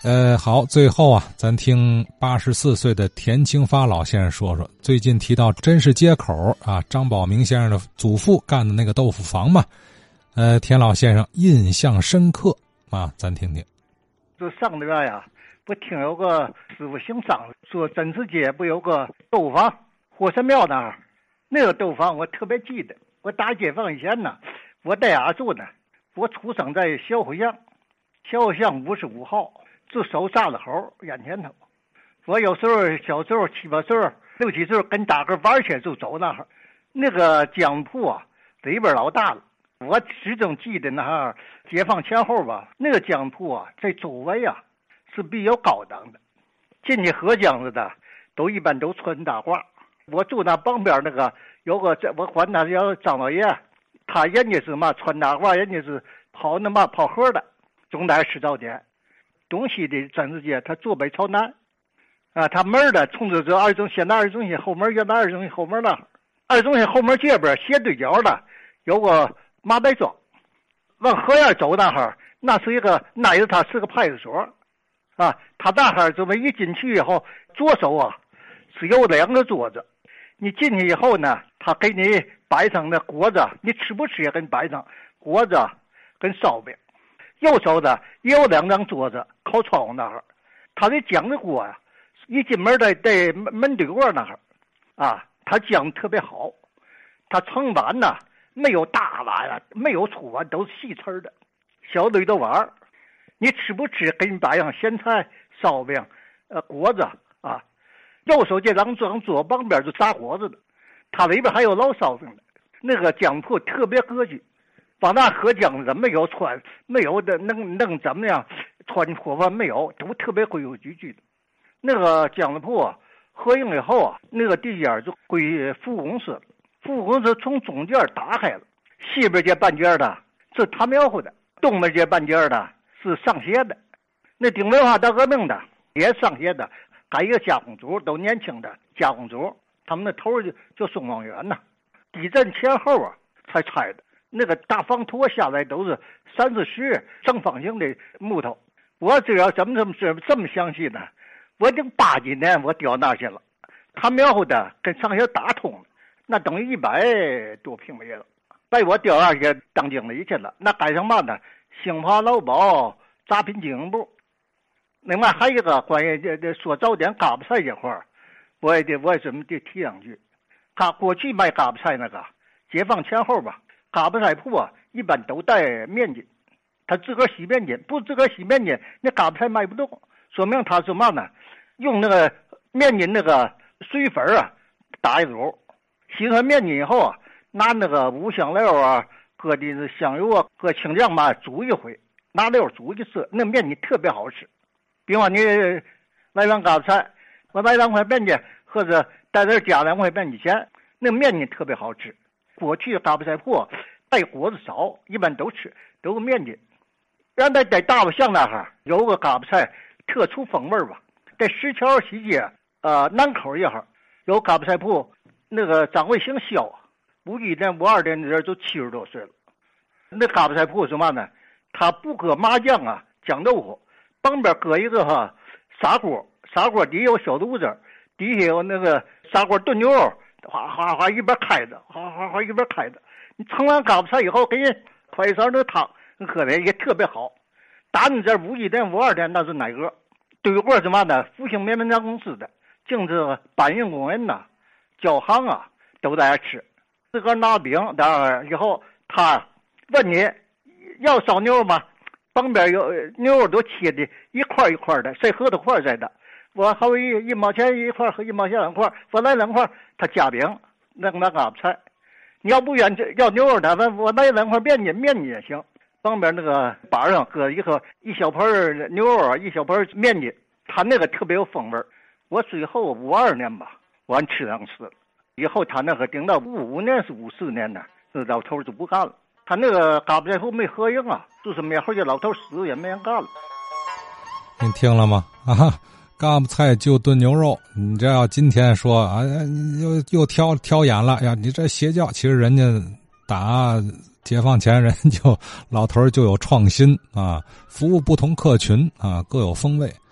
好，最后啊，咱听84岁的田清发老先生说说，最近提到真是街口啊，张宝明先生的祖父干的那个豆腐房嘛，田老先生印象深刻啊，咱听听。 就上个月呀，不听有个师傅姓张，说真是街不有个豆腐房，火神庙那儿，那个豆腐房我特别记得。我打解放以前呢，我在哪住呢？我出生在小虎巷55号。就守栅子口眼前头，我有时候小时候7、8岁、6、7岁跟大个玩去就走那儿，那个江铺啊里边老大了。我始终记得那儿解放前后吧，那个江铺啊在周围啊是比较高档的，进去喝浆子的都一般都穿大褂。我住那旁边那个有个我管他叫张老爷，他人家是嘛穿大褂，人家是跑河的，总得吃早点。东西的真是街，他坐北朝南，啊，他门的冲着这现在二中心后门，原来二中心后门那二中心后门这边斜对角的有个马白庄，往河沿走那哈，那是他是个派出所，啊，他那哈这么一进去以后，左手啊是有2个桌子，你进去以后呢，他给你摆上那果子，你吃不吃也给你摆上果子跟烧饼。右手的也有2张桌子，靠窗户那儿，他的浆的锅呀，一进门在门对过那儿，啊，他浆特别好，他盛碗呢没有大碗啊，没有粗碗，都是细瓷的，小堆的碗，你吃不吃给你摆上咸菜、烧饼、果子啊。右手这张桌旁边就炸果子的，他里边还有老烧饼的，那个浆铺特别格局。往那喝浆子没有穿，没有的能怎么样穿火饭没有，都特别规规矩矩的。那个浆子铺啊，合营以后啊，那个地界就归服务公司了。服务公司从中间打开了，西边这半截的是他苗户的，东边这半截的是上协的。那顶文化大革命的也上协的，还有一个加工组，都年轻的加工组，他们的头就宋光远呐。地震前后啊才拆的。那个大房托下来都是30、40正方形的木头。我知道怎么详细呢？我已经80几年我调那去了，他苗户的跟上学打通了，那等于100多平米了。被我调那去当经理去了，那赶上嘛呢？兴华劳保杂品经营部。另外还有一个关于这说早点嘎巴菜这块儿，我也准备提两句。他过去卖嘎巴菜那个，解放前后吧。嘎巴菜铺啊，一般都带面筋，他自个儿洗面筋，不自个儿洗面筋，那嘎巴菜卖不动，说明他是嘛呢？用那个面筋那个水粉啊，打一卤，洗完面筋以后啊，拿那个五香料啊，搁的香油啊，搁青酱嘛，煮一回，拿料煮一次，那面筋特别好吃。比方你来碗嘎巴菜，我来2块面筋，或者在这加2块面筋钱，那面筋特别好吃。过去嘎巴菜铺带果子少，一般都有面筋。原来在大路巷那哈有个嘎巴菜特殊风味吧，在石桥西街南口一哈有嘎巴菜铺，那个张卫兴肖51年、52年的人都70多岁了。那嘎巴菜铺是嘛呢？他不搁麻酱啊，酱豆腐，旁边搁一个砂锅底有小炉子，底下有那个砂锅炖牛肉。哗哗哗一边开着，哗哗哗一边开着。你盛完嘎巴菜以后，给人快一勺那汤，喝的也特别好。打你这51年、52年那是哪个？对过什么呢？复兴棉门厂公司的，净是搬运工人呐、交行啊，都在那吃。自个儿拿饼，当然以后他问你要烧牛肉吗？旁边有牛肉都切的一块一块的，谁核桃块在的。我还有1毛钱一块和1毛钱2块，我来2块，他加饼那嘎巴菜。你要不愿要牛肉的，我来2块面筋也行。旁边那个板上搁一小盆牛肉啊，一小盆面筋，他那个特别有风味。我最后52年吧，我吃2次了。以后他那个顶到55年是54年呢，那老头就不干了。他那个嘎巴菜铺没合营啊，就是灭后这老头死也没人干了。 你听了吗？啊！嘎巴菜就炖牛肉，你这要今天说啊，又挑眼了呀！你这邪教，其实人家打解放前人老头就有创新啊，服务不同客群啊，各有风味。